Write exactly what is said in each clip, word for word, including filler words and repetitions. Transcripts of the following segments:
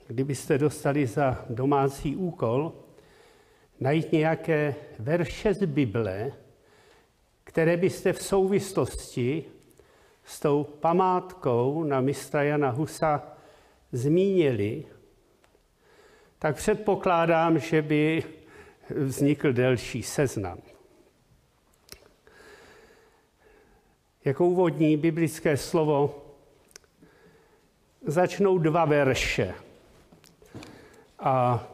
kdybyste dostali za domácí úkol najít nějaké verše z Bible, které byste v souvislosti s tou památkou na mistra Jana Husa zmínili, tak předpokládám, že by vznikl delší seznam. Jako úvodní biblické slovo začnou dva verše. A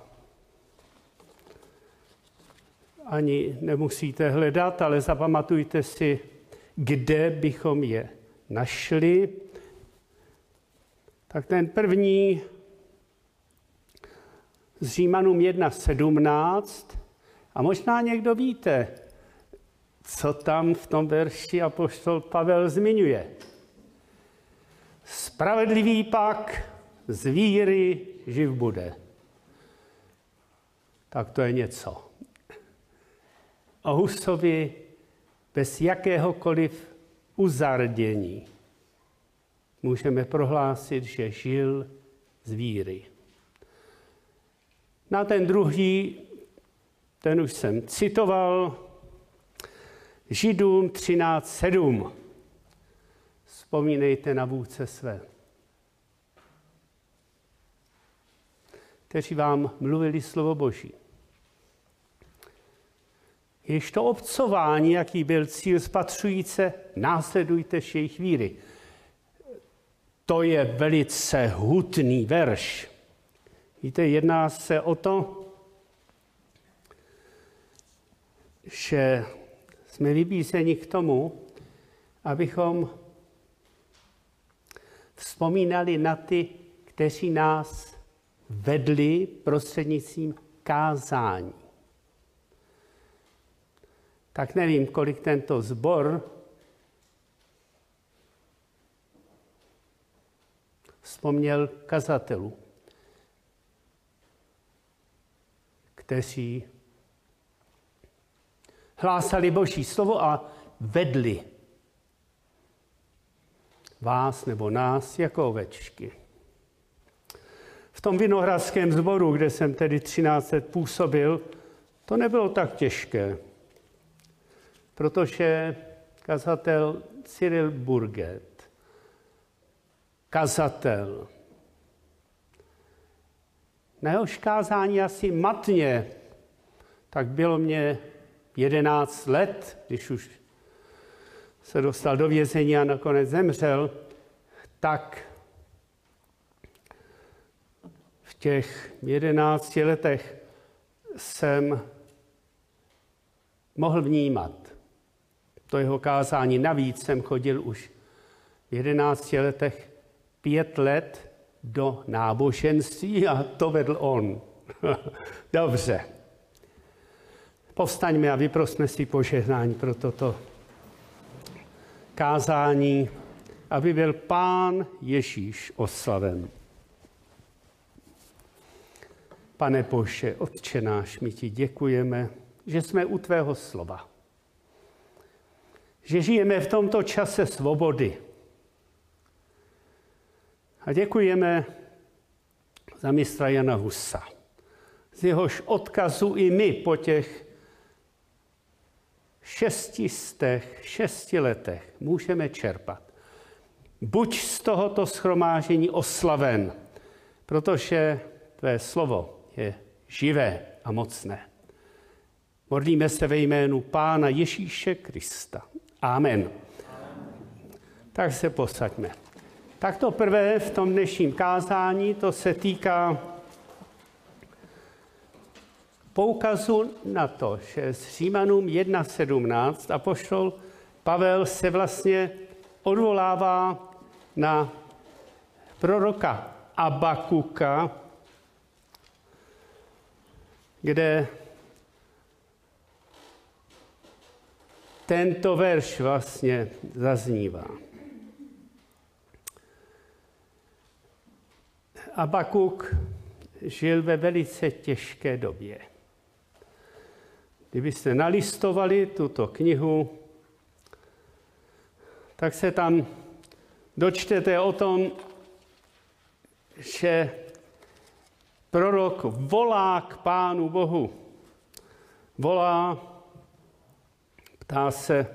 ani nemusíte hledat, ale zapamatujte si, kde bychom je našli. Tak ten první z Římanům jedna sedmnáct. A možná někdo víte, co tam v tom verši apoštol Pavel zmiňuje. Spravedlivý pak z víry živ bude. Tak to je něco. O Husovi bez jakéhokoliv uzardění můžeme prohlásit, že žil z víry. Na ten druhý, ten už jsem citoval, Židům třináct sedm. Vzpomínejte na vůdce své, kteří vám mluvili slovo Boží. Jež to obcování, jaký byl cíl spatřujíce, následujte jejich víry. To je velice hutný verš. Víte, jedná se o to, že jsme vybízeni k tomu, abychom vzpomínali na ty, kteří nás vedli prostřednictvím kázání. Tak nevím, kolik tento sbor vzpomněl kazatelů, kteří hlásali Boží slovo a vedli vás nebo nás jako ovečky. V tom vinohradském sboru, kde jsem tedy třináct let působil, to nebylo tak těžké, protože kazatel Cyril Burget, kazatel, na jehož kázání asi matně, tak bylo mě jedenáct let, když už se dostal do vězení a nakonec zemřel, tak v těch jedenácti letech jsem mohl vnímat to jeho kázání. Navíc jsem chodil už v jedenácti letech pět let do náboženství a to vedl on. Dobře. Povstaňme a vyprosme si požehnání pro toto kázání, aby byl Pán Ježíš oslaven. Pane Bože, Otče náš, my ti děkujeme, že jsme u tvého slova. Že žijeme v tomto čase svobody. A děkujeme za mistra Jana Husa. Z jehož odkazu i my po těch šestistech, šesti letech můžeme čerpat. Buď z tohoto shromáždění oslaven, protože tvé slovo je živé a mocné. Modlíme se ve jménu Pána Ježíše Krista. Amen. Tak se posaďme. Tak to prvé v tom dnešním kázání, to se týká poukazu na to, že s Římanům jedna sedmnáct apoštol Pavel se vlastně odvolává na proroka Abakuka, kde tento verš vlastně zaznívá. Abakuk žil ve velice těžké době. Kdybyste nalistovali tuto knihu, tak se tam dočtete o tom, že prorok volá k Pánu Bohu. Volá, ptá se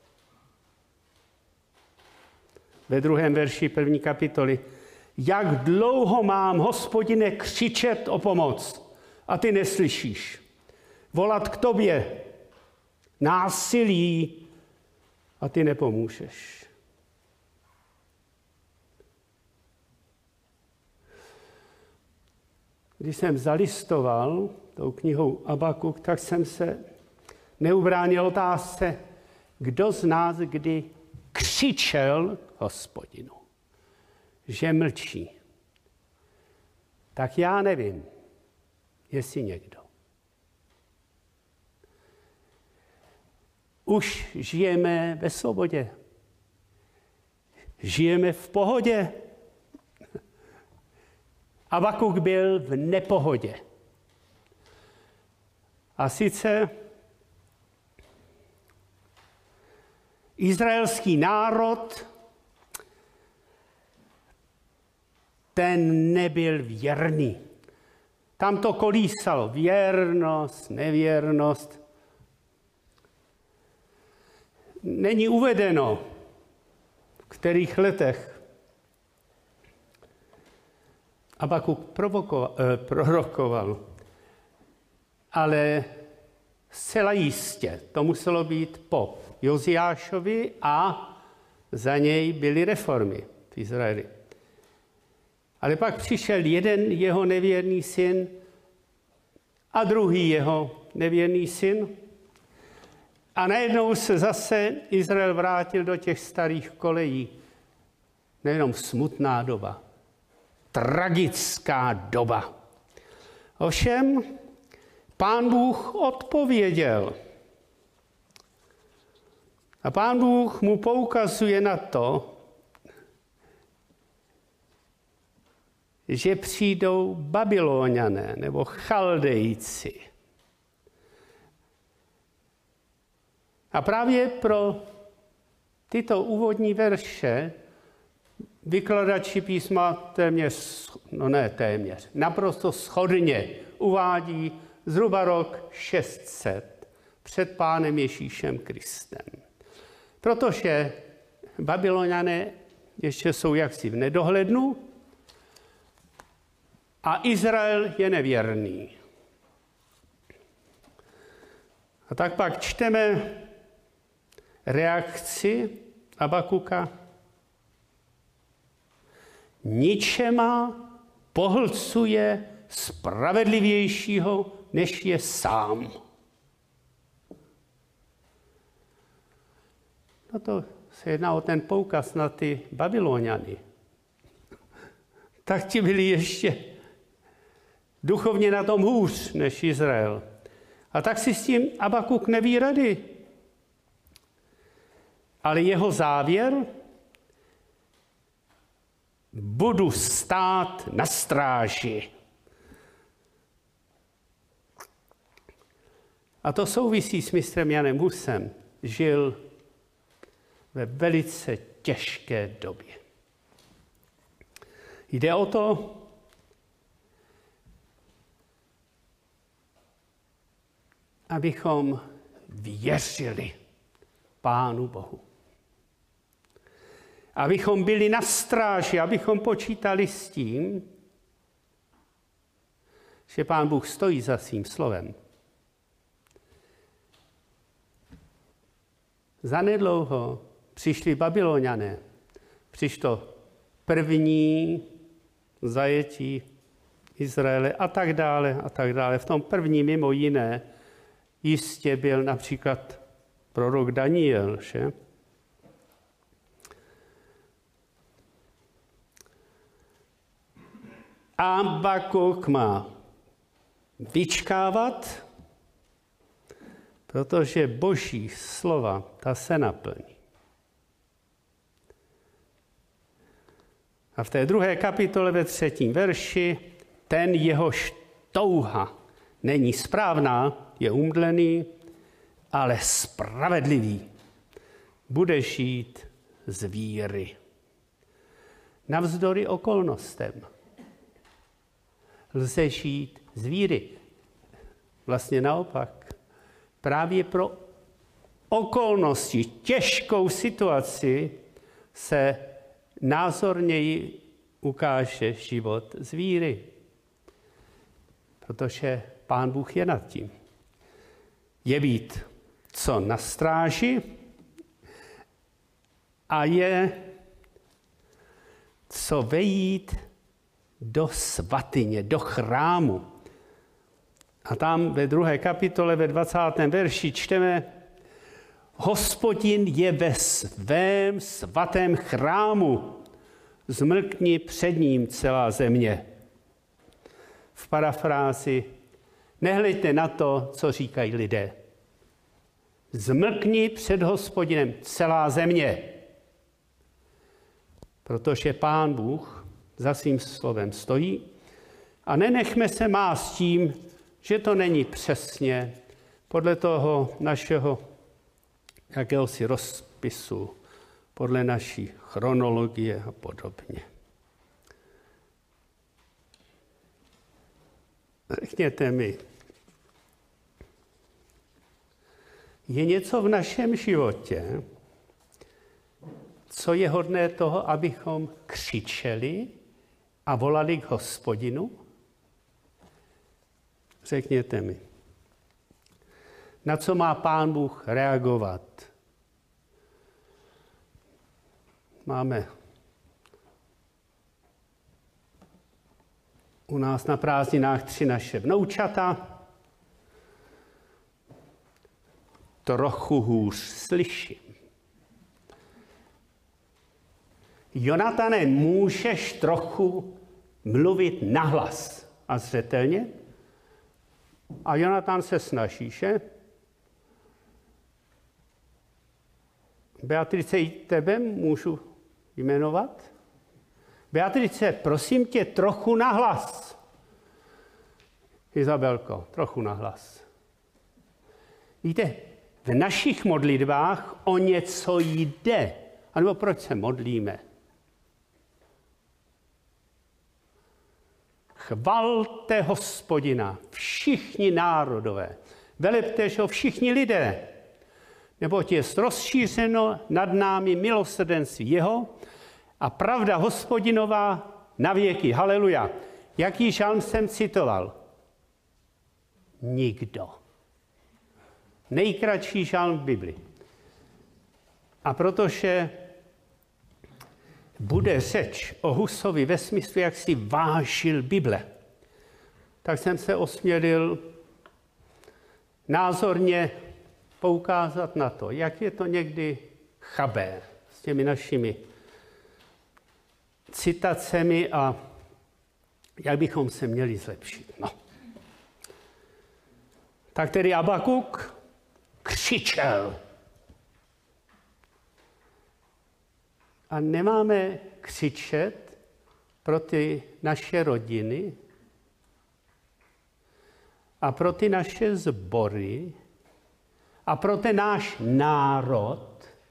ve druhém verši první kapitoly, jak dlouho mám, Hospodine, křičet o pomoc a ty neslyšíš. Volat k tobě násilí a ty nepomůžeš. Když jsem zalistoval tou knihou Abakuk, tak jsem se neubránil otázce, kdo z nás kdy křičel Hospodinu, že mlčí. Tak já nevím, jestli někdo. Už žijeme ve svobodě. Žijeme v pohodě. Abakuk byl v nepohodě. A sice izraelský národ, ten nebyl věrný. Tam to kolísalo. Věrnost, nevěrnost. Není uvedeno, v kterých letech Abakuk prorokoval. Ale zcela jistě to muselo být po Joziášovi a za něj byly reformy v Izraeli. Ale pak přišel jeden jeho nevěrný syn a druhý jeho nevěrný syn. A najednou se zase Izrael vrátil do těch starých kolejí. Nejenom smutná doba, tragická doba. Ovšem, Pán Bůh odpověděl. A Pán Bůh mu poukazuje na to, že přijdou Babyloniané nebo Chaldejci. A právě pro tyto úvodní verše vykladači písma téměř, no ne téměř, naprosto shodně uvádí zhruba rok šest set před Pánem Ježíšem Kristem. Protože Babyloniané ještě jsou jaksi v nedohlednu a Izrael je nevěrný. A tak pak čteme reakci Abakuka. Ničema pohlcuje spravedlivějšího, než je sám. No to se jedná o ten poukaz na ty Babyloniany. Tak ti byli ještě duchovně na tom hůř než Izrael. A tak si s tím Abakuk neví rady. Ale jeho závěr, budu stát na stráži. A to souvisí s mistrem Janem Husem. Žil ve velice těžké době. Jde o to, abychom věřili Pánu Bohu. Abychom byli na stráži, abychom počítali s tím, že Pán Bůh stojí za svým slovem. Zanedlouho přišli Babyloniané. Přišlo první zajetí Izraele a tak dále a tak dále. V tom první mimo jiné jistě byl například prorok Daniel, že? Abakuk má vyčkávat, protože Boží slova, ta se naplní. A v té druhé kapitole ve třetím verši, ten jehož touha není správná, je umdlený, ale spravedlivý. Bude žít z víry. Navzdory okolnostem. lze žít z víry. Vlastně naopak. Právě pro okolnosti, těžkou situaci se názorněji ukáže život z víry. Protože Pán Bůh je nad tím. Je být co na stráži a je co vejít do svatyně, do chrámu. A tam ve druhé kapitole, ve dvacátém verši čteme: Hospodin je ve svém svatém chrámu, zmlkni před ním celá země. V parafrázi: nehleďte na to, co říkají lidé. Zmlkni před Hospodinem celá země. Protože Pán Bůh za svým slovem stojí a nenechme se mást tím, že to není přesně podle toho našeho jakéhosi rozpisu, podle naší chronologie a podobně. Řekněte mi, je něco v našem životě, co je hodné toho, abychom křičeli a volali k Hospodinu? Řekněte mi, na co má Pán Bůh reagovat? Máme u nás na prázdninách tři naše vnoučata. Trochu hůř slyším. Jonatane, můžeš trochu mluvit nahlas a zřetelně? A Jonatan se snaží, že? Beatrice, i tebe můžu jmenovat? Beatrice, prosím tě, trochu nahlas. Izabelko, trochu nahlas. Víte, v našich modlitbách o něco jde. A nebo proč se modlíme? Chvalte Hospodina, všichni národové. Velepte ho všichni lidé. Neboť je rozšířeno nad námi milosrdenství jeho a pravda Hospodinová na věky. Haleluja. Jaký žalm jsem citoval? Nikdo. Nejkratší žalm v Bibli. A protože bude řeč o Husovi ve smyslu, jak si vážil Bible, tak jsem se osmělil názorně poukázat na to, jak je to někdy chabé s těmi našimi citacemi a jak bychom se měli zlepšit. No. Tak tedy Abakuk křičel. A nemáme křičet pro ty naše rodiny a pro ty naše sbory a pro ten náš národ.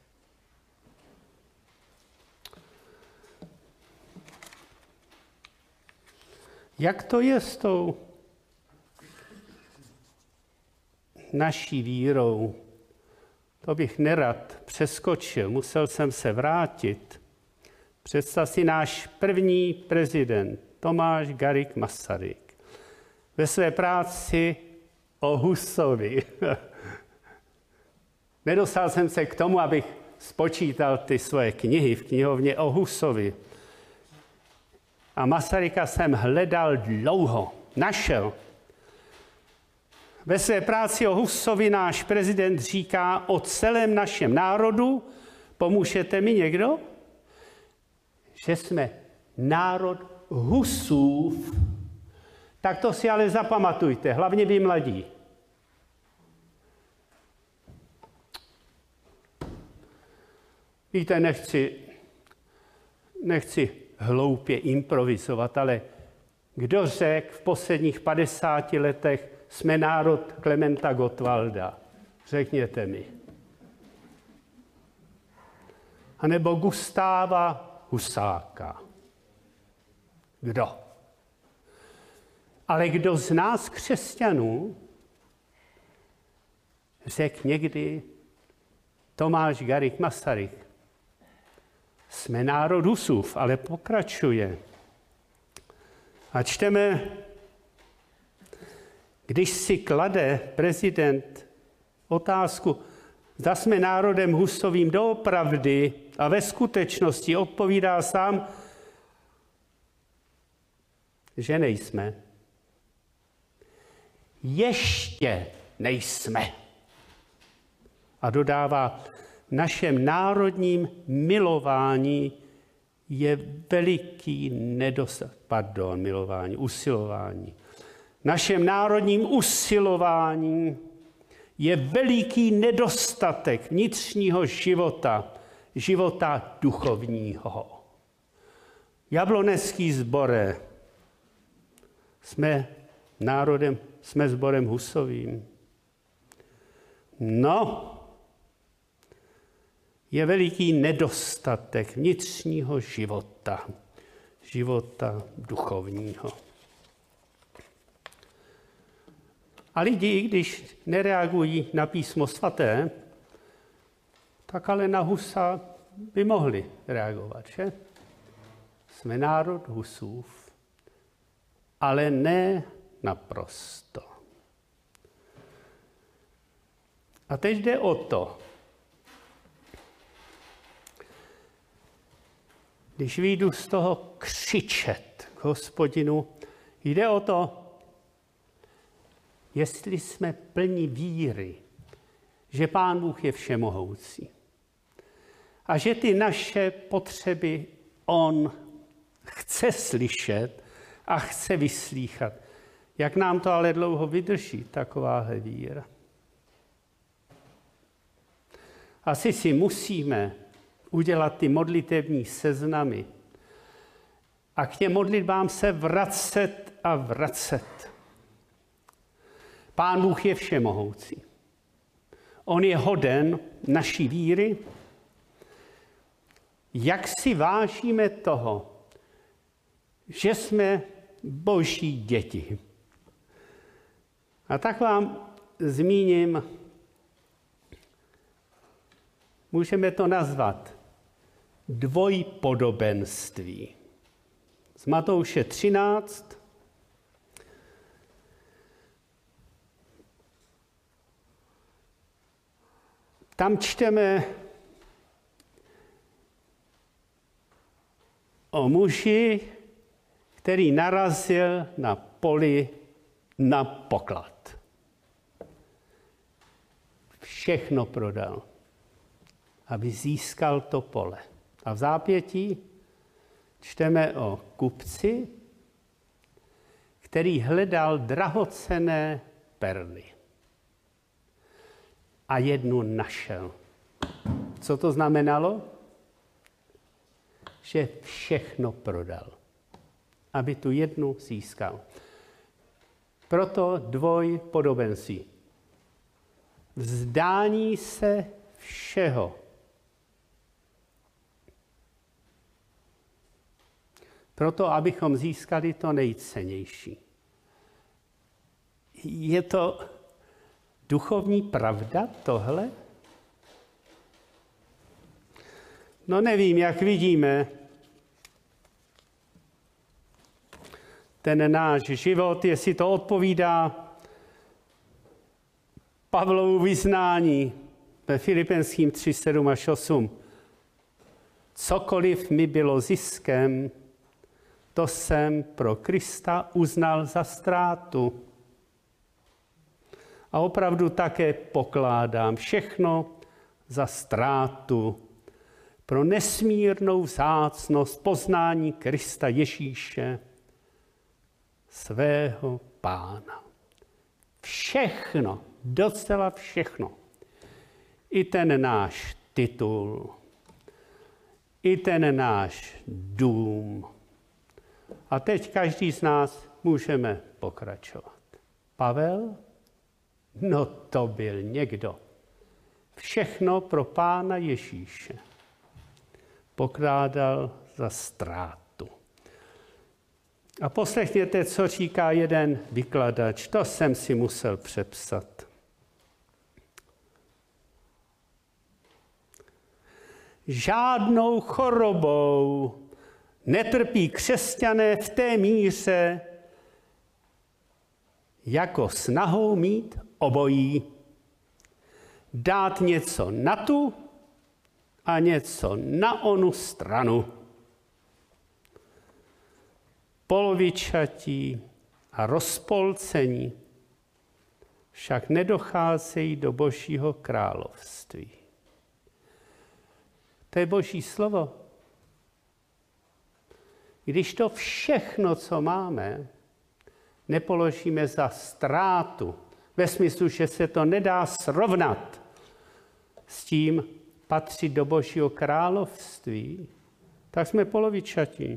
Jak to je s tou naší vírou? To bych nerad přeskočil, musel jsem se vrátit. Představ si náš první prezident, Tomáš Garrigue Masaryk, ve své práci o Husovi. Nedostal jsem se k tomu, abych spočítal ty svoje knihy v knihovně o Husovi. A Masaryka jsem hledal dlouho, našel. Ve své práci o Husovi náš prezident říká o celém našem národu, pomůžete mi někdo? Že jsme národ Husův. Tak to si ale zapamatujte, hlavně vy mladí. Víte, nechci, nechci hloupě improvizovat, ale kdo řekl v posledních padesáti letech, jsme národ Klementa Gottwalda? Řekněte mi. A nebo Gustáva Husáka. Kdo? Ale kdo z nás křesťanů, řekl někdy Tomáš Garrigue Masaryk, jsme národ Husův, ale pokračuje. A čteme, když si klade prezident otázku, zda jsme národem Husovým doopravdy a ve skutečnosti, odpovídá sám, že nejsme. Ještě nejsme. A dodává, v našem národním milování je veliký nedostatek, pardon, milování, usilování. V našem národním usilování je veliký nedostatek vnitřního života, života duchovního. Jablonecký sbore, jsme národem, jsme sborem Husovým. No, je veliký nedostatek vnitřního života, života duchovního. A lidi, když nereagují na písmo svaté, tak ale na Husa by mohli reagovat, že? Jsme národ Husův, ale ne naprosto. A teď jde o to, když vyjdu z toho křičet k Hospodinu, jde o to, jestli jsme plní víry, že Pán Bůh je všemohoucí a že ty naše potřeby On chce slyšet a chce vyslýchat. Jak nám to ale dlouho vydrží, takováhle víra. Asi si musíme udělat ty modlitevní seznamy a k těm modlitbám se vracet a vracet. Pán Bůh je všemohoucí. On je hoden naší víry. Jak si vážíme toho, že jsme Boží děti. A tak vám zmíním, můžeme to nazvat dvojpodobenství. Z Matouše třináct. Tam čteme o muži, který narazil na poli na poklad. Všechno prodal, aby získal to pole. A v zápětí čteme o kupci, který hledal drahocenné perly. A jednu našel. Co to znamenalo? Že všechno prodal, aby tu jednu získal. Proto dvojpodobenství. Vzdání se všeho. Proto, abychom získali to nejcennější. Je to duchovní pravda tohle? No nevím, jak vidíme, ten náš život, jestli to odpovídá Pavlovu vyznání ve Filipenským tři, sedm až osm. Cokoliv mi bylo ziskem, to jsem pro Krista uznal za ztrátu. A opravdu také pokládám všechno za ztrátu pro nesmírnou vzácnost poznání Krista Ježíše, svého Pána. Všechno, docela všechno. I ten náš titul, i ten náš dům. A teď každý z nás můžeme pokračovat. Pavel? No to byl někdo. Všechno pro Pána Ježíše pokládal za ztrátu. A poslechněte, co říká jeden vykladač. To jsem si musel přepsat. Žádnou chorobou netrpí křesťané v té míře, jako snahou mít obojí. Dát něco na tu a něco na onu stranu. Polovičatí a rozpolcení však nedocházejí do Božího království. To je Boží slovo. Když to všechno, co máme, nepoložíme za ztrátu, ve smyslu, že se to nedá srovnat s tím patřit do Božího království, tak jsme polovičatí.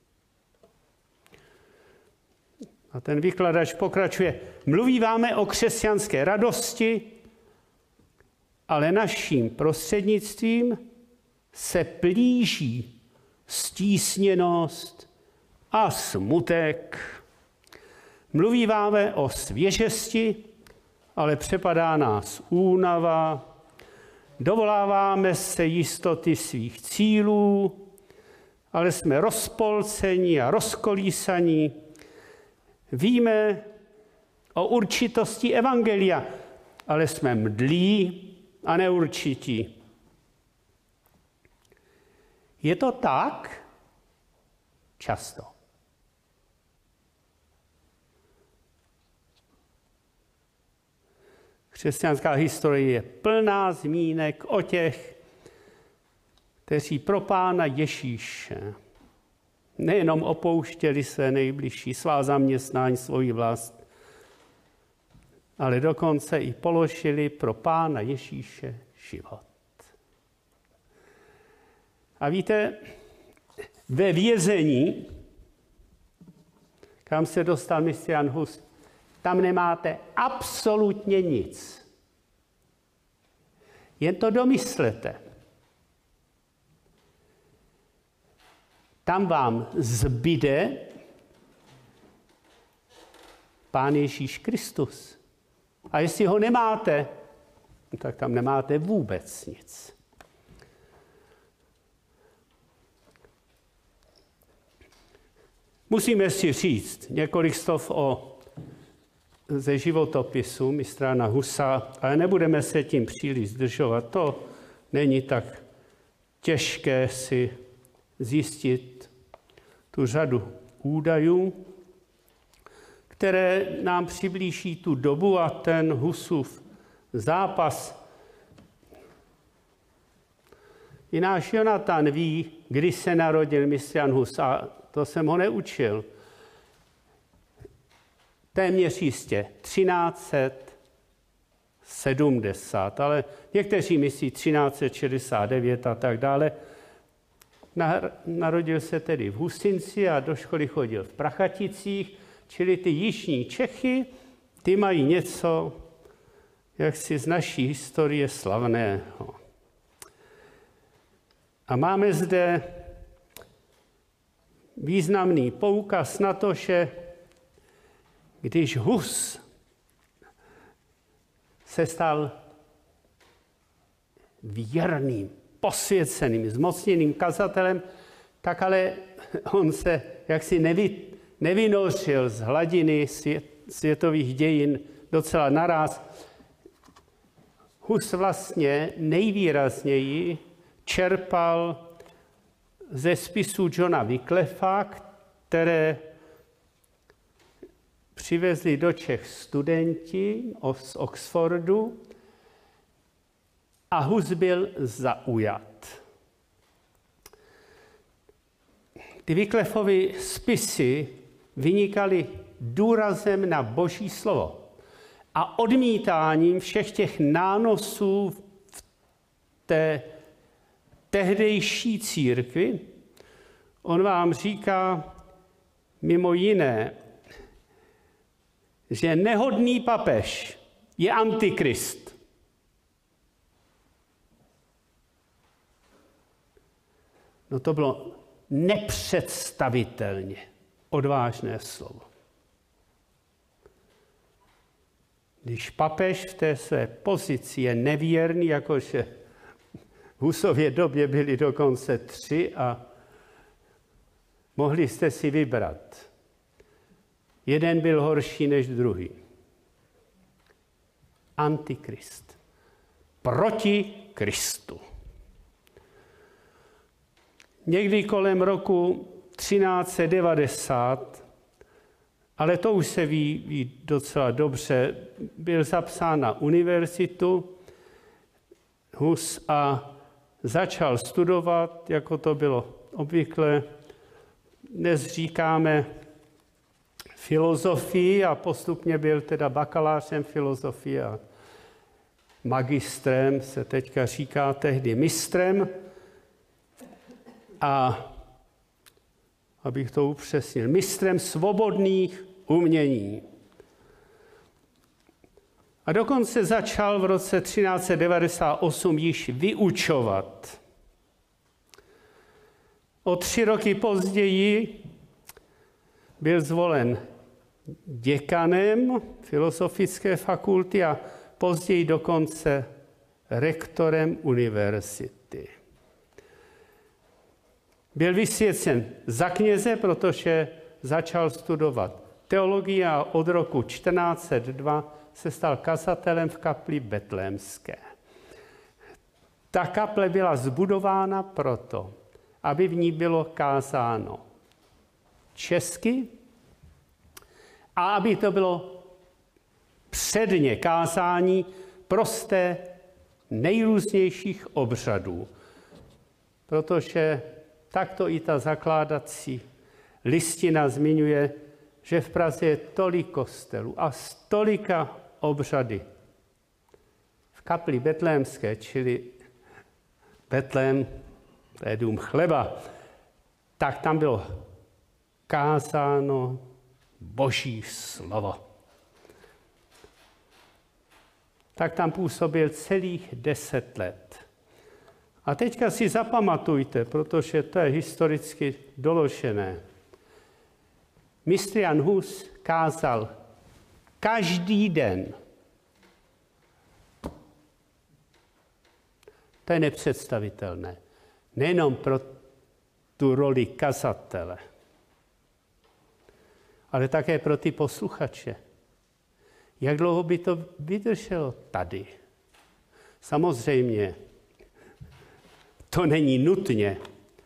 A ten vykladač pokračuje. Mluvíváme o křesťanské radosti, ale naším prostřednictvím se plíží stísněnost a smutek. Mluvíváme o svěžesti, ale přepadá nás únava. Dovoláváme se jistoty svých cílů, ale jsme rozpolcení a rozkolísaní. Víme o určitosti evangelia, ale jsme mdlí a neurčití. Je to tak? Často. Křesťanská historie je plná zmínek o těch, kteří pro Pána Ježíše nejenom opouštěli své nejbližší, svá zaměstnání, svoji vlast, ale dokonce i položili pro Pána Ježíše život. A víte, ve vězení, kam se dostal mistr Jan Hus, tam nemáte absolutně nic. Jen to domyslete. Tam vám zbyde Pán Ježíš Kristus. A jestli ho nemáte, tak tam nemáte vůbec nic. Musíme si říct několik slov o, ze životopisu mistra Jana Husa, ale nebudeme se tím příliš zdržovat. To není tak těžké si zjistit tu řadu údajů, které nám přiblíží tu dobu a ten Husův zápas. I náš Jonatan ví, kdy se narodil mistr Jan Hus, a to jsem ho neučil. Téměř jistě třináct set sedmdesát, ale někteří myslí třináct set šedesát devět a tak dále. Narodil se tedy v Husinci a do školy chodil v Prachaticích, čili ty jižní Čechy, ty mají něco, jak si z naší historie slavného. A máme zde významný poukaz na to, že když Hus se stal věrným, posvěceným, zmocněným kazatelem, tak ale on se jaksi nevy, nevynořil z hladiny svět, světových dějin docela naráz. Hus vlastně nejvýrazněji čerpal ze spisů Johna Wycliffa, které přivezli do Čech studenti z Oxfordu, a Hus byl zaujat. Ty Wycliffovy spisy vynikaly důrazem na Boží slovo a odmítáním všech těch nánosů v té tehdejší církvi. On vám říká mimo jiné, že nehodný papež je antikrist. No to bylo nepředstavitelně odvážné slovo. Když papež v té své pozici je nevěrný, jakože v Husově době byli dokonce tři a mohli jste si vybrat. Jeden byl horší než druhý. Antikrist. Proti Kristu. Někdy kolem roku třináct set devadesát, ale to už se ví, ví docela dobře, byl zapsán na univerzitu Hus a začal studovat, jako to bylo obvykle. Dnes říkáme filozofii a postupně byl teda bakalářem filozofie a magistrem, se teďka říká tehdy mistrem. A abych to upřesnil, mistrem svobodných umění. A dokonce začal v roce třináct set devadesát osm již vyučovat. O tři roky později byl zvolen děkanem filozofické fakulty a později dokonce rektorem univerzity. Byl vysvěcen za kněze, protože začal studovat teologii a od roku čtrnáct set dva se stal kazatelem v kapli betlémské. Ta kaple byla zbudována proto, aby v ní bylo kázáno česky a aby to bylo předně kázání prosté nejrůznějších obřadů. Protože takto i ta zakládací listina zmiňuje, že v Praze je tolik kostelů a stolika obřady. V kapli betlémské, čili Betlém, to je dům chleba, tak tam bylo kázáno Boží slovo. Tak tam působil celých deset let. A teďka si zapamatujte, protože to je historicky doložené. Mistr Jan Hus kázal každý den. To je nepředstavitelné. Nejenom pro tu roli kazatele, ale také pro ty posluchače. Jak dlouho by to vydrželo tady? Samozřejmě, to není nutně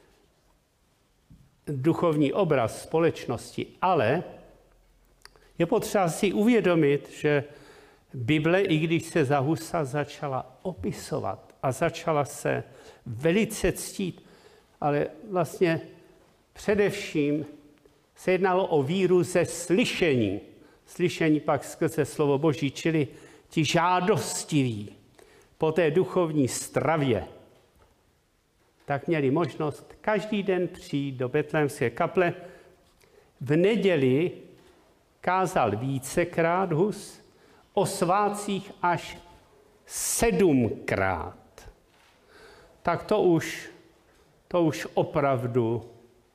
duchovní obraz společnosti, ale je potřeba si uvědomit, že Bible, i když se za Husa začala opisovat a začala se velice ctít, ale vlastně především se jednalo o víru ze slyšení. Slyšení pak skrze slovo Boží, čili ti žádostiví po té duchovní stravě, tak měli možnost každý den přijít do betlémské kaple. V neděli kázal vícekrát Hus, o svátcích až sedmkrát. Tak to už, to už opravdu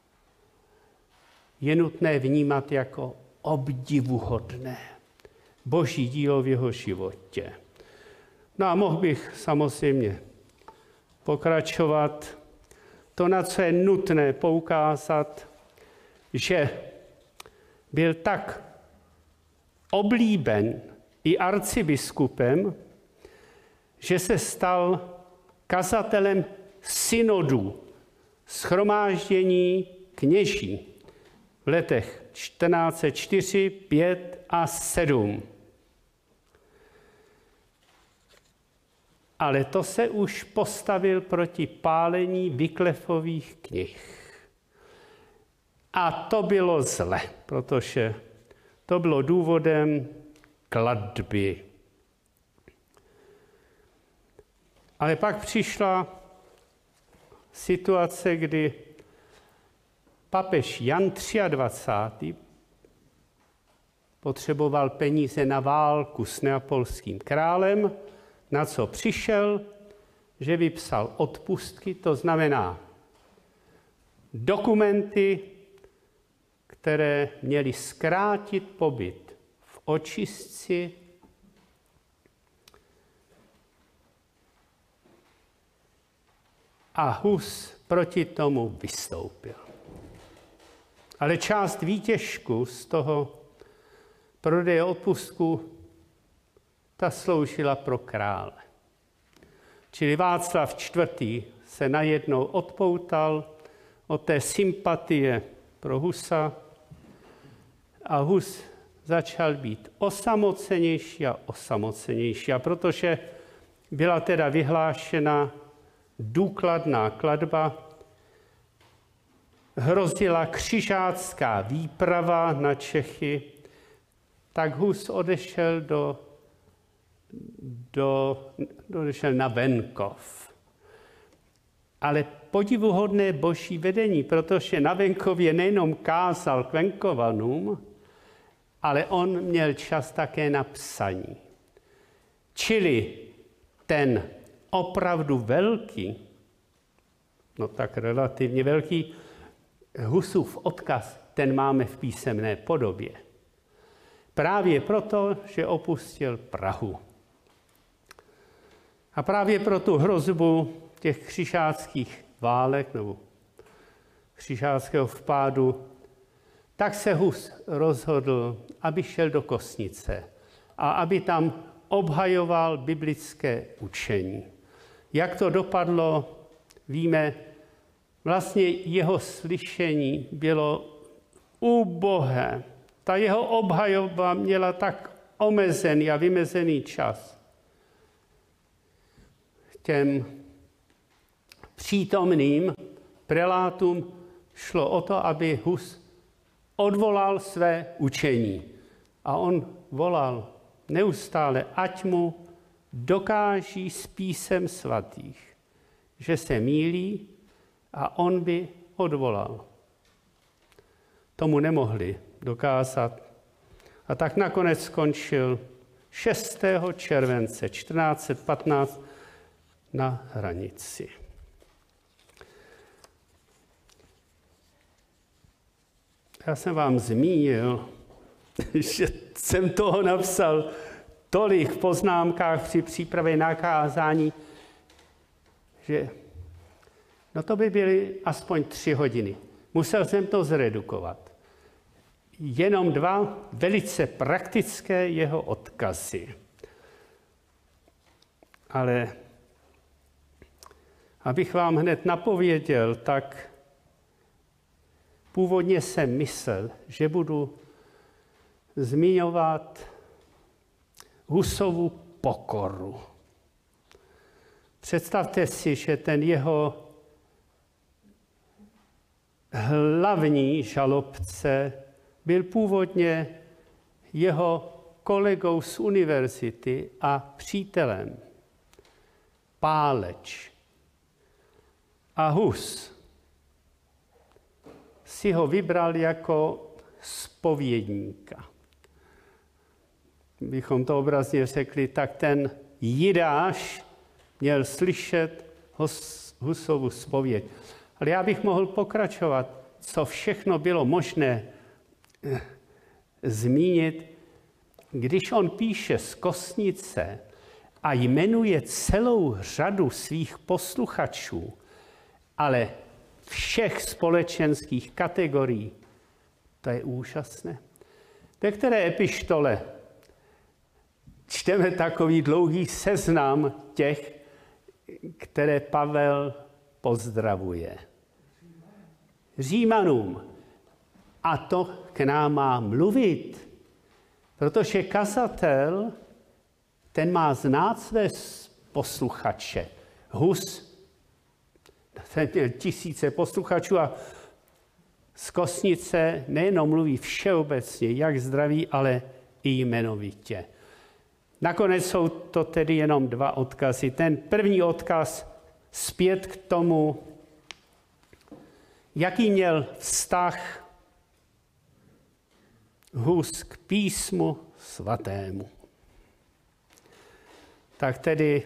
je nutné vnímat jako obdivuhodné Boží dílo v jeho životě. No a mohl bych samozřejmě pokračovat. To, na co je nutné poukázat, že byl tak oblíben i arcibiskupem, že se stal kazatelem synodů, shromáždění kněží v letech čtrnáct set čtyři, pět a sedm. Ale to se už postavil proti pálení Wyclifových knih. A to bylo zle, protože to bylo důvodem klatby. Ale pak přišla situace, kdy papež Jan dvacátý třetí potřeboval peníze na válku s neapolským králem, na co přišel, že vypsal odpustky, to znamená dokumenty, které měly zkrátit pobyt v očistci a Hus proti tomu vystoupil. Ale část výtěžku z toho prodeje odpustku, ta sloužila pro krále. Čili Václav čtvrtý se najednou odpoutal od té sympatie pro Husa a Hus začal být osamocenější a osamocenější. A protože byla teda vyhlášena důkladná klatba, hrozila křižácká výprava na Čechy, tak Hus odešel do, do, odešel na venkov. Ale podivuhodné boží vedení, protože na venkově nejenom kázal k venkovanům, ale on měl čas také na psaní. Čili ten opravdu velký, no tak relativně velký, Husův odkaz, ten máme v písemné podobě. Právě proto, že opustil Prahu. A právě pro tu hrozbu těch křižáckých válek nebo křižáckého vpádu, tak se Hus rozhodl, aby šel do Kosnice a aby tam obhajoval biblické učení. Jak to dopadlo, víme, vlastně jeho slyšení bylo ubohé. Ta jeho obhajoba měla tak omezený a vymezený čas. Těm přítomným prelátům šlo o to, aby Hus odvolal své učení. A on volal neustále, ať mu dokáží z písem svatých, že se mýlí, a on by odvolal. Tomu nemohli dokázat. A tak nakonec skončil šestého července čtrnáct set patnáct na hranici. Já jsem vám zmínil, že jsem toho napsal tolik v poznámkách při přípravě na kázání, že no to by byly aspoň tři hodiny. Musel jsem to zredukovat. Jenom dva velice praktické jeho odkazy. Ale abych vám hned napověděl, tak původně jsem myslel, že budu zmiňovat Husovu pokoru. Představte si, že ten jeho hlavní žalobce byl původně jeho kolegou z univerzity a přítelem. Páleč. A Hus si ho vybral jako zpovědníka. Bychom to obrazně řekli, tak ten Jidáš měl slyšet Husovu zpověď. Ale já bych mohl pokračovat, co všechno bylo možné zmínit, když on píše z Kosnice a jmenuje celou řadu svých posluchačů, ale všech společenských kategorií. To je úžasné. Ve které epištole čteme takový dlouhý seznam těch, které Pavel pozdravuje. Římanům. A to k nám má mluvit, protože kazatel, ten má znát své posluchače. Hus, ten měl tisíce posluchačů a z Kosnice nejenom mluví všeobecně, jak zdraví, ale i jmenovitě. Nakonec jsou to tedy jenom dva odkazy. Ten první odkaz zpět k tomu, jaký měl vztah Hus k písmu svatému. Tak tedy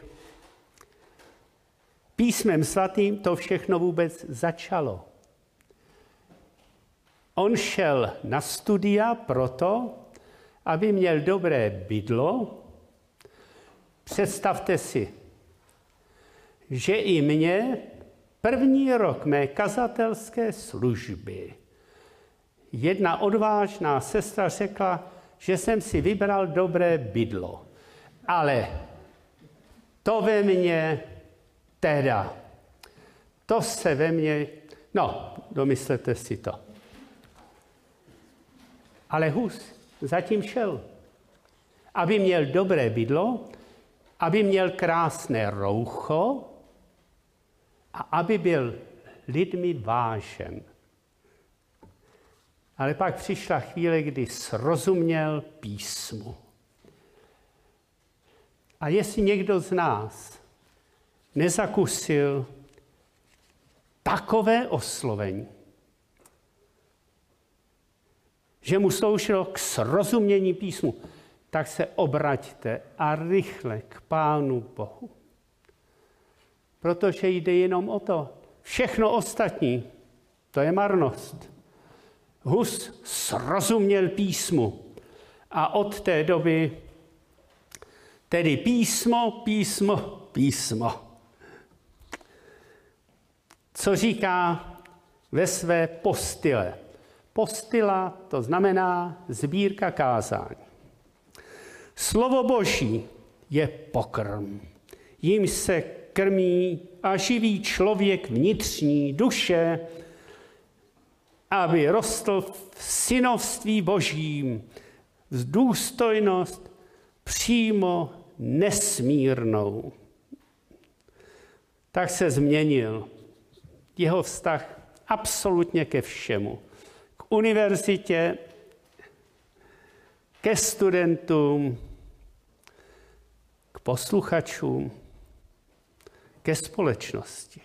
písmem svatým to všechno vůbec začalo. On šel na studia proto, aby měl dobré bydlo. Představte si, že i mě první rok mé kazatelské služby jedna odvážná sestra řekla, že jsem si vybral dobré bydlo. Ale to ve mně teda, to se ve mně, no, domyslete si to. Ale Hus zatím šel, aby měl dobré bydlo, aby měl krásné roucho a aby byl lidmi vážen. Ale pak přišla chvíle, kdy srozuměl písmu. A jestli někdo z nás nezakusil takové oslovení, že mu sloužilo k srozumění písmu, tak se obraťte a rychle k Pánu Bohu. Protože jde jenom o to. Všechno ostatní, to je marnost. Hus srozuměl písmu a od té doby tedy písmo, písmo, písmo. Co říká ve své postile? Postila, to znamená sbírka kázání. Slovo Boží je pokrm. Jím se krmí a živí člověk vnitřní duše, aby rostl v synovství Božím, v důstojnost přímo nesmírnou. Tak se změnil jeho vztah absolutně ke všemu. K univerzitě, ke studentům, k posluchačům, ke společnosti.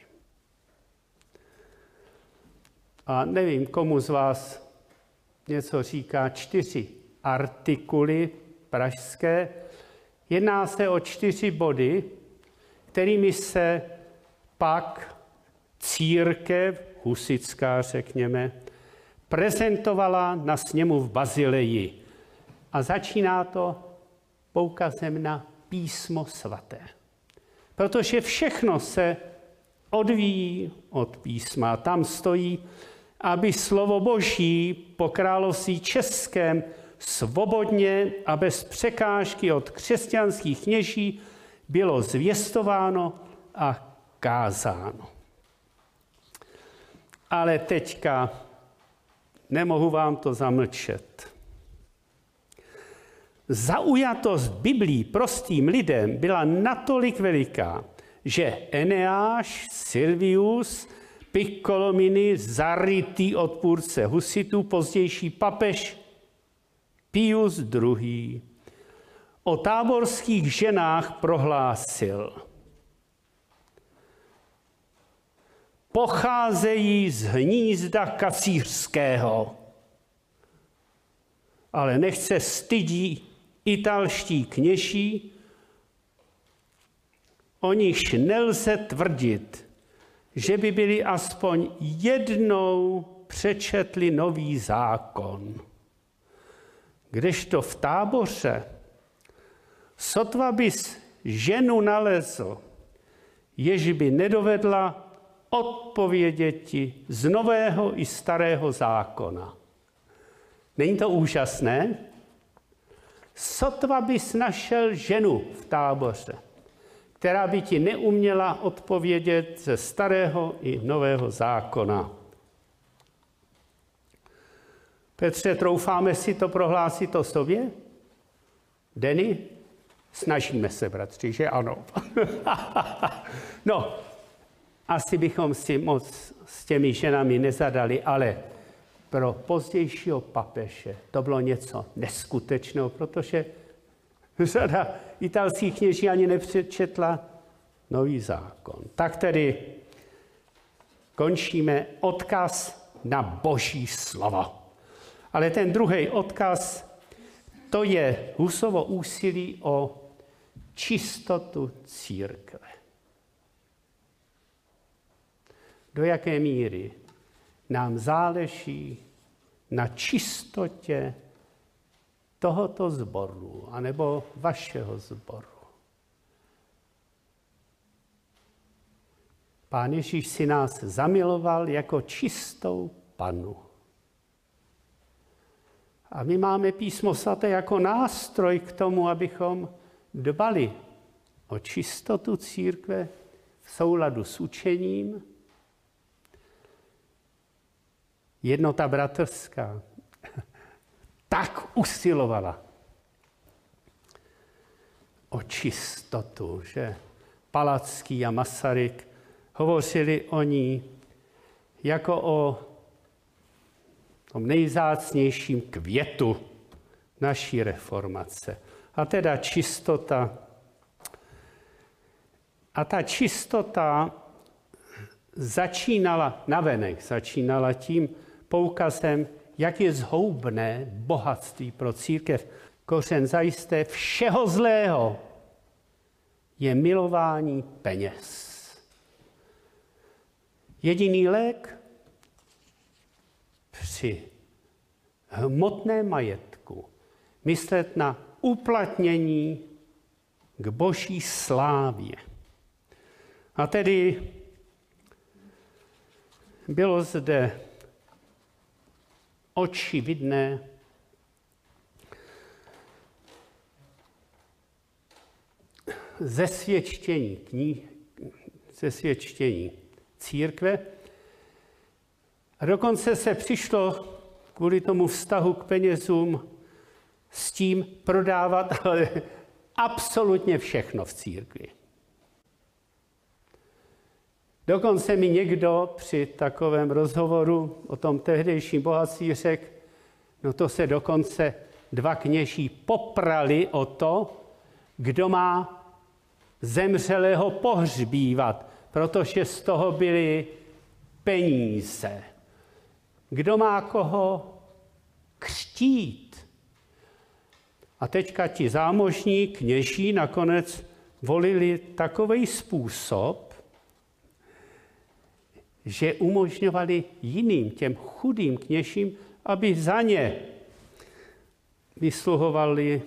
A nevím, komu z vás něco říká čtyři artikuly pražské. Jedná se o čtyři body, kterými se pak církev, husitská řekněme, prezentovala na sněmu v Bazileji. A začíná to poukazem na písmo svaté. Protože všechno se odvíjí od písma. Tam stojí, aby slovo Boží po království českém svobodně a bez překážky od křesťanských kněží bylo zvěstováno a kázáno. Ale teďka nemohu vám to zamlčet. Zaujatost Biblí prostým lidem byla natolik veliká, že Eneáš, Silvius, Piccolomini, zarytý odpůrce husitů, pozdější papež Pius druhý. o táborských ženách prohlásil: pocházejí z hnízda kacířského, ale nechce stydí italští kněží, o nichž nelze tvrdit, že by byli aspoň jednou přečetli nový zákon. Kdežto v Táboře sotva bys ženu nalezl, jež by nedovedla odpovědět ti z nového i starého zákona. Není to úžasné? Sotva bys našel ženu v Táboře, která by ti neuměla odpovědět ze starého i nového zákona. Petře, troufáme si to prohlásit o sobě? Denny? Snažíme se, bratři, že ano. No, asi bychom si moc s těmi ženami nezadali, ale pro pozdějšího papeže to bylo něco neskutečného, protože řada italských kněží ani nepřečetla nový zákon. Tak tedy končíme odkaz na Boží slovo. Ale ten druhý odkaz, to je Husovo úsilí o čistotu církve. Do jaké míry nám záleží na čistotě tohoto sboru, anebo vašeho sboru. Pán Ježíš si nás zamiloval jako čistou pannu. A my máme Písmo svaté jako nástroj k tomu, abychom dbali o čistotu církve v souladu s učením. Jednota bratrská tak usilovala o čistotu, že Palacký a Masaryk hovořili o ní jako o tom nejvzácnějším květu naší reformace. A teda čistota. A ta čistota začínala navenek, začínala tím poukazem, jak je zhoubné bohatství pro církev. Kořen zajisté všeho zlého je milování peněz. Jediný lék při hmotném majetku myslet na uplatnění k boží slávě. A tedy bylo zde očividné zesvědčení knih, zesvědčení církve. A dokonce se přišlo kvůli tomu vztahu k penězům s tím prodávat ale absolutně všechno v církvi. Dokonce mi někdo při takovém rozhovoru o tom tehdejším bohatství řekl, no to se dokonce dva kněží poprali o to, kdo má zemřelého pohřbívat, protože z toho byly peníze. Kdo má koho křtít. A teďka ti zámožní kněží nakonec volili takový způsob, že umožňovali jiným, těm chudým kněžím, aby za ně vysluhovali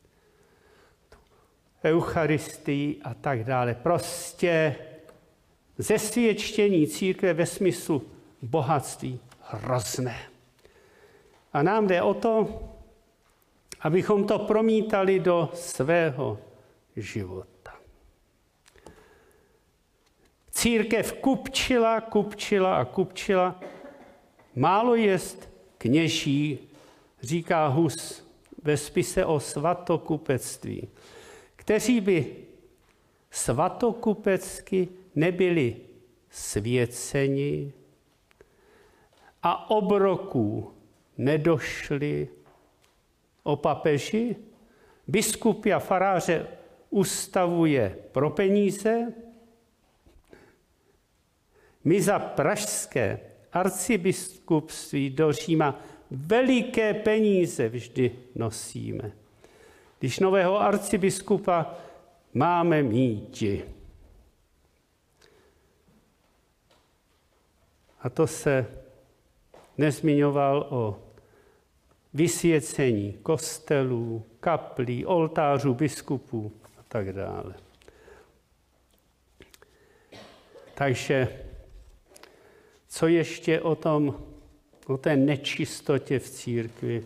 Eucharistii a tak dále. Prostě zesvědčení církve ve smyslu bohatství hrozné. A nám jde o to, abychom to promítali do svého života. Církev kupčila, kupčila a kupčila. Málo jest kněží, říká Hus ve spise o svatokupectví, kteří by svatokupecky nebyli svěceni a obroků nedošli o papeži. Biskupy a faráře ustavuje pro peníze. My za pražské arcibiskupství do Říma veliké peníze vždy nosíme. Když nového arcibiskupa máme míti. A to se nezmiňoval o vysvěcení kostelů, kaplí, oltářů biskupů a tak dále. Takže co ještě o tom, o té nečistotě v církvi?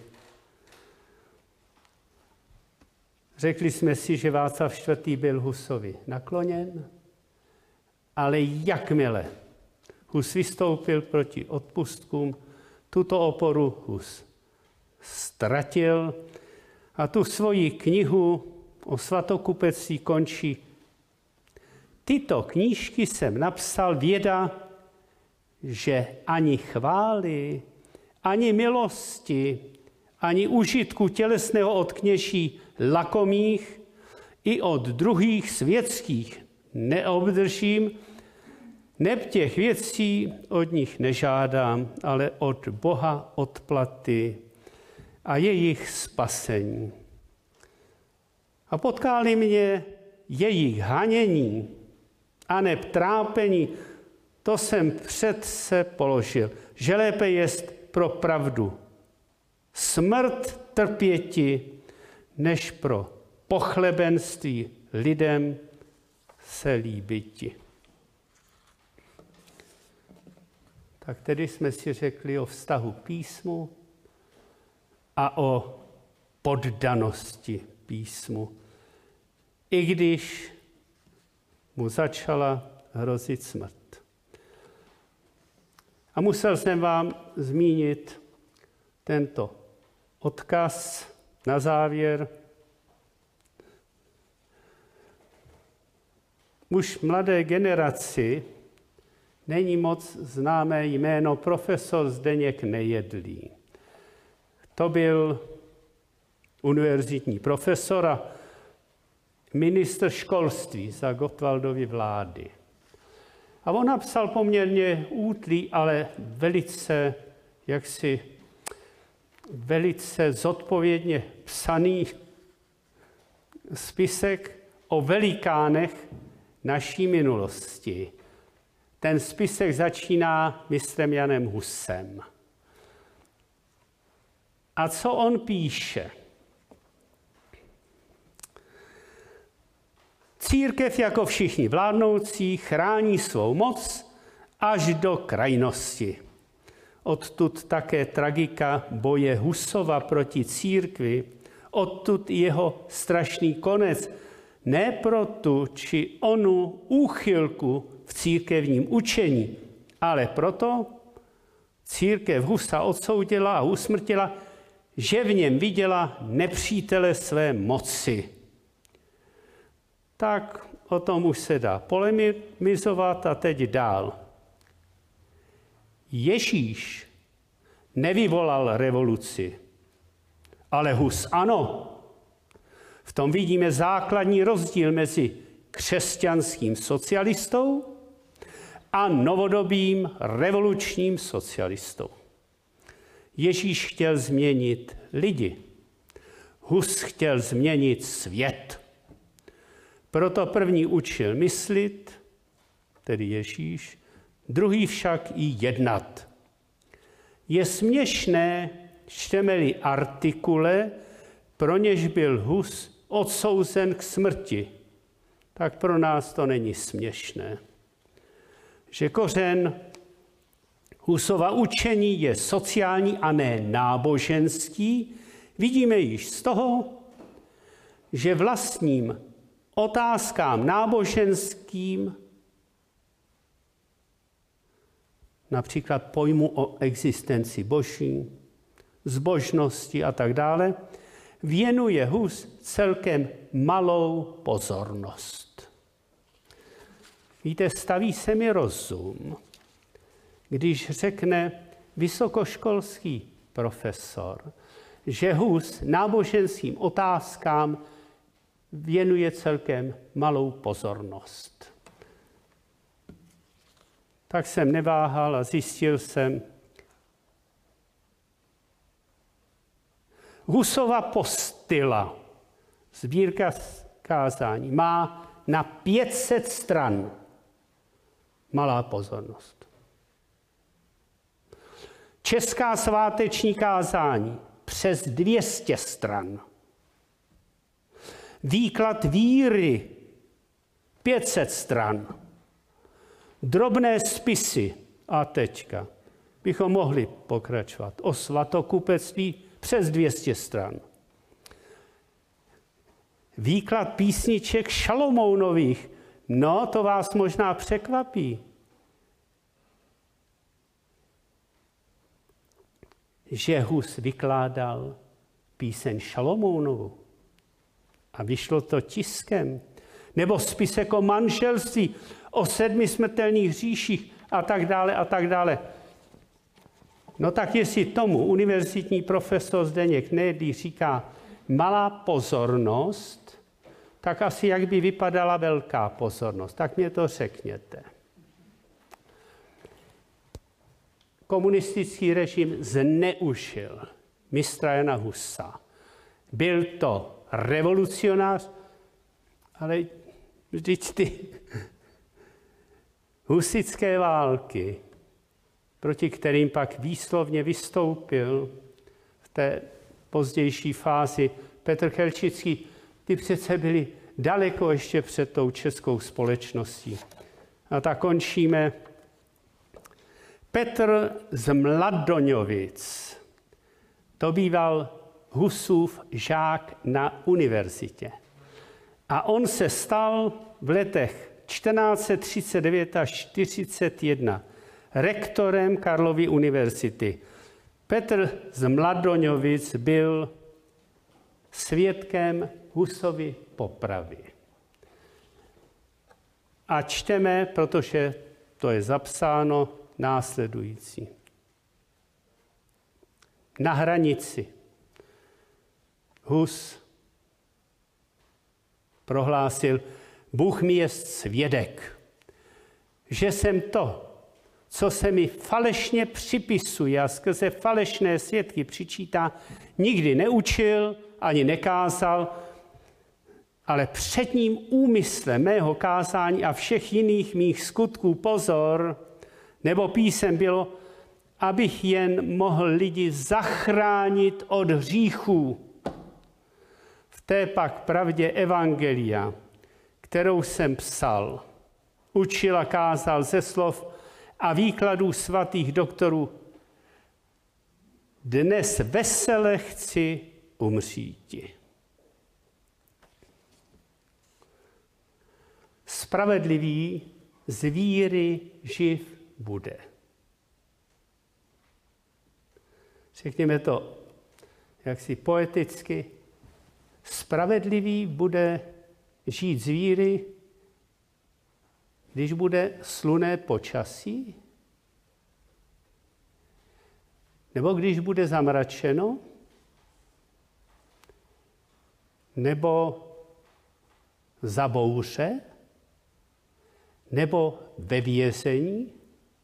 Řekli jsme si, že Václav čtvrtý byl Husovi nakloněn, ale jakmile Hus vystoupil proti odpustkům, tuto oporu Hus ztratil a tu svoji knihu o svatokupectví končí. Tyto knížky jsem napsal věda, že ani chvály, ani milosti, ani užitku tělesného od kněží lakomých i od druhých světských neobdržím, neb těch věcí od nich nežádám, ale od Boha odplaty a jejich spasení. A potkáli mě jejich hanění a neb trápení, to jsem před se položil, že lépe jest pro pravdu smrt trpěti, než pro pochlebenství lidem se líbiti. Tak tedy jsme si řekli o vztahu písmu a o poddanosti písmu. I když mu začala hrozit smrt. A musel jsem vám zmínit tento odkaz na závěr. Už mladé generaci není moc známé jméno profesor Zdeněk Nejedlý. To byl univerzitní profesor a ministr školství za Gottwaldovy vlády. A on napsal poměrně útlý, ale velice, jaksi, velice zodpovědně psaný spisek o velikánech naší minulosti. Ten spisek začíná mistrem Janem Husem. A co on píše? Církev jako všichni vládnoucí chrání svou moc až do krajnosti. Odtud také tragika boje Husova proti církvi, odtud jeho strašný konec, ne pro tu či onu úchylku v církevním učení, ale proto církev Husa odsoudila a usmrtila, že v něm viděla nepřítele své moci. Tak o tom už se dá polemizovat a teď dál. Ježíš nevyvolal revoluci, ale Hus ano. V tom vidíme základní rozdíl mezi křesťanským socialistou a novodobým revolučním socialistou. Ježíš chtěl změnit lidi. Hus chtěl změnit svět. Proto první učil myslit, tedy Ježíš, druhý však i jednat. Je směšné, čteme-li artikule, pro něž byl Hus odsouzen k smrti, tak pro nás to není směšné. Že kořen Husova učení je sociální a ne náboženský, vidíme již z toho, že vlastním otázkám náboženským, například pojmu o existenci Boží, zbožnosti a tak dále, věnuje Hus celkem malou pozornost. Víte, staví se mi rozum, když řekne vysokoškolský profesor, že Hus náboženským otázkám věnuje celkem malou pozornost. Tak jsem neváhal a zjistil jsem, Husova postila, sbírka kázání, má na pět set stran malá pozornost. Česká sváteční kázání přes dvě stě stran. Výklad víry pět set stran. Drobné spisy a teďka bychom mohli pokračovat o svatokupectví přes dvě stě stran. Výklad písniček Šalomounových, no to vás možná překvapí. Že Hus vykládal píseň Šalomounovu a vyšlo to tiskem. Nebo spisek o manželství, o sedmi smrtelných hříších a tak dále a tak dále. No tak jestli tomu univerzitní profesor Zdeněk Nejedlý říká malá pozornost, tak asi jak by vypadala velká pozornost. Tak mě to řekněte. Komunistický režim zneužil mistra Jana Husa. Byl to revolucionář, ale vždyť ty husitské války, proti kterým pak výslovně vystoupil v té pozdější fázi Petr Chelčický, ty přece byli daleko ještě před tou českou společností. A tak končíme. Petr z Mladoňovic, to býval Husův žák na univerzitě. A on se stal v letech čtrnáct set třicet devět až čtyřicet jedna rektorem Karlovy univerzity. Petr z Mladoňovic byl svědkem Husovy popravy. A čteme, protože to je zapsáno, následující. Na hranici Hus prohlásil, Bůh mi je svědek, že jsem to, co se mi falešně připisuje a skrze falešné svědky přičítá, nikdy neučil ani nekázal, ale předním úmyslem mého kázání a všech jiných mých skutků pozor nebo písem bylo, abych jen mohl lidi zachránit od hříchů. V té pak pravdě evangelia, kterou jsem psal, učil a kázal ze slov a výkladů svatých doktorů, dnes vesele chci umříti. Spravedlivý z víry živ bude. Řekněme to jaksi poeticky. Spravedlivý bude žít z víry, když bude slunné počasí? Nebo když bude zamračeno? Nebo za bouře? Nebo ve vězení?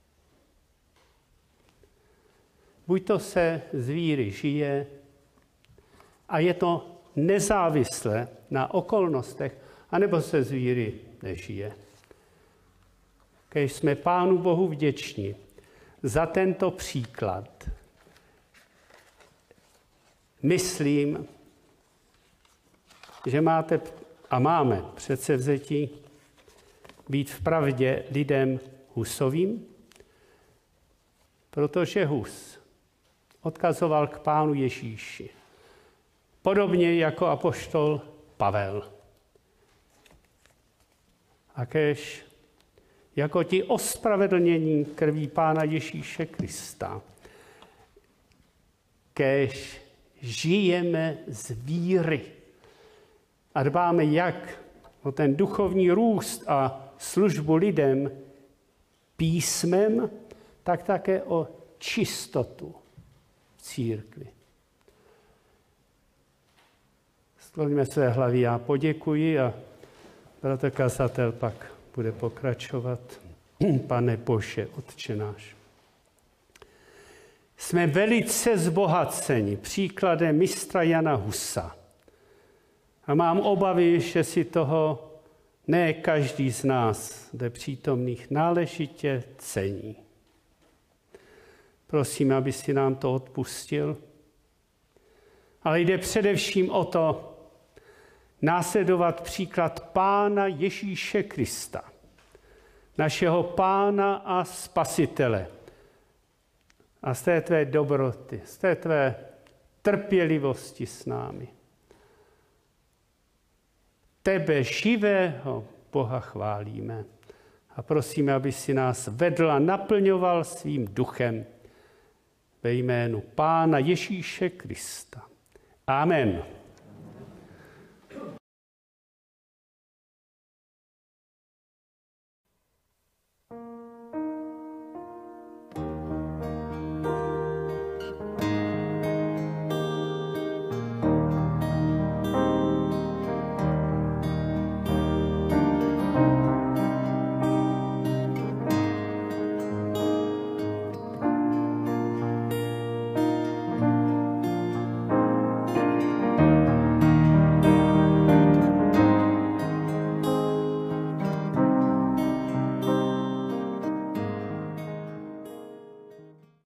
Buď to se z víry žije a je to nezávisle na okolnostech, anebo se z víry nežije. Když jsme Pánu Bohu vděční za tento příklad, myslím, že máte a máme předsevzetí být v pravdě lidem Husovým, protože Hus odkazoval k Pánu Ježíši. Podobně jako apoštol Pavel. A kéž jako ti ospravedlnění krví Pána Ježíše Krista, kéž žijeme z víry a dbáme jak o ten duchovní růst a službu lidem písmem, tak také o čistotu církvi. Skloníme své hlavy, já poděkuji a bratr kazatel pak bude pokračovat. Pane Bože, Otče náš. Jsme velice zbohaceni příkladem mistra Jana Husa. A mám obavy, že si toho ne každý z nás zde přítomných náležitě cení. Prosím, aby si nám to odpustil. Ale jde především o to, následovat příklad Pána Ježíše Krista, našeho Pána a Spasitele. A z té tvé dobroty, z té tvé trpělivosti s námi. Tebe živého Boha chválíme a prosíme, aby si nás vedl a naplňoval svým duchem ve jménu Pána Ježíše Krista. Amen.